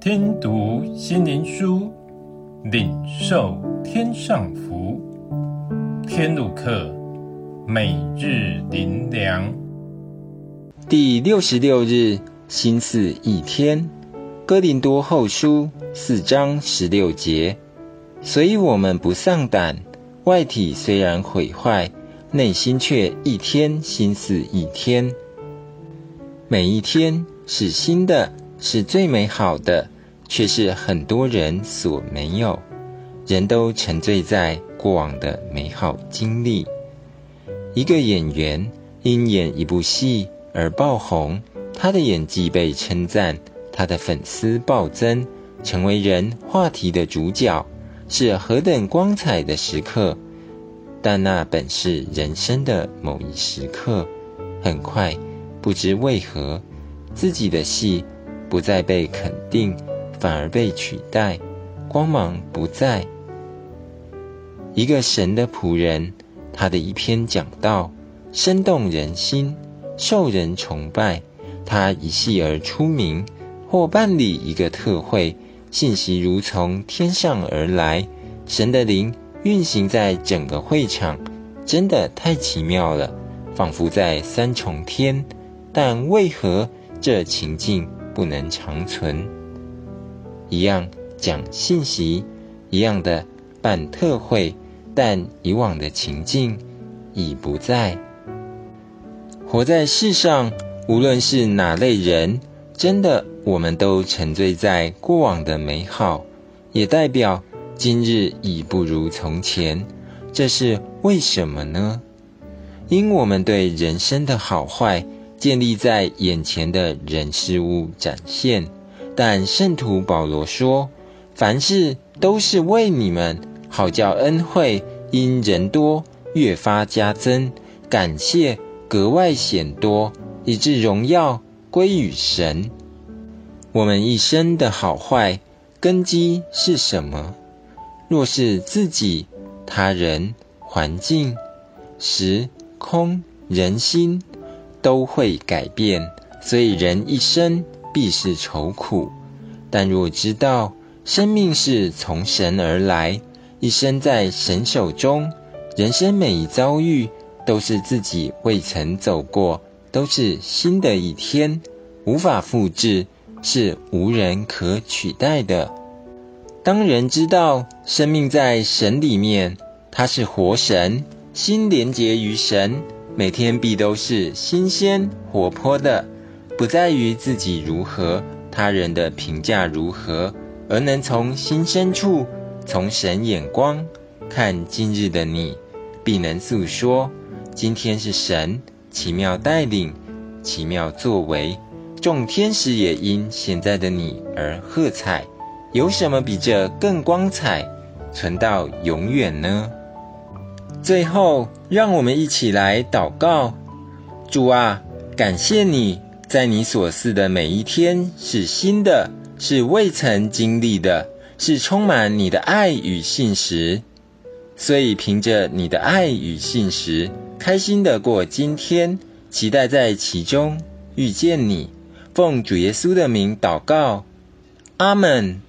听读心灵书，领受天上福。天路客，每日灵粮。 第66日，新似一天。哥林多后书4章16节。所以我们不丧胆，外体虽然毁坏，内心却一天新似一天。每一天是新的，是最美好的，却是很多人所没有。人都沉醉在过往的美好经历。一个演员因演一部戏而爆红，他的演技被称赞，他的粉丝暴增，成为人话题的主角，是何等光彩的时刻。但那本是人生的某一时刻，很快不知为何，自己的戏不再被肯定，反而被取代，光芒不在。一个神的仆人，他的一篇讲道生动人心，受人崇拜，他一戏而出名，或办理一个特会，信息如从天上而来，神的灵运行在整个会场，真的太奇妙了，仿佛在三重天。但为何这情境不能长存？一样讲信息，一样的办特会，但以往的情境已不在。活在世上，无论是哪类人，真的我们都沉醉在过往的美好，也代表今日已不如从前。这是为什么呢？因我们对人生的好坏建立在眼前的人事物展现。但圣徒保罗说，凡事都是为你们，好叫恩惠因人多越发加增，感谢格外显多，以致荣耀归于神。我们一生的好坏根基是什么？若是自己、他人、环境、时空、人心都会改变，所以人一生必是愁苦。但若知道生命是从神而来，一生在神手中，人生每一遭遇都是自己未曾走过，都是新的一天，无法复制，是无人可取代的。当人知道生命在神里面，他是活神，心连结于神，每天必都是新鲜活泼的，不在于自己如何，他人的评价如何，而能从心深处，从神眼光看今日的你，必能诉说今天是神奇妙带领，奇妙作为，众天使也因现在的你而喝彩。有什么比这更光彩，存到永远呢？最后，让我们一起来祷告。主啊，感谢你，在你所赐的每一天是新的，是未曾经历的，是充满你的爱与信实。所以凭着你的爱与信实，开心地过今天，期待在其中遇见你。奉主耶稣的名祷告，阿们。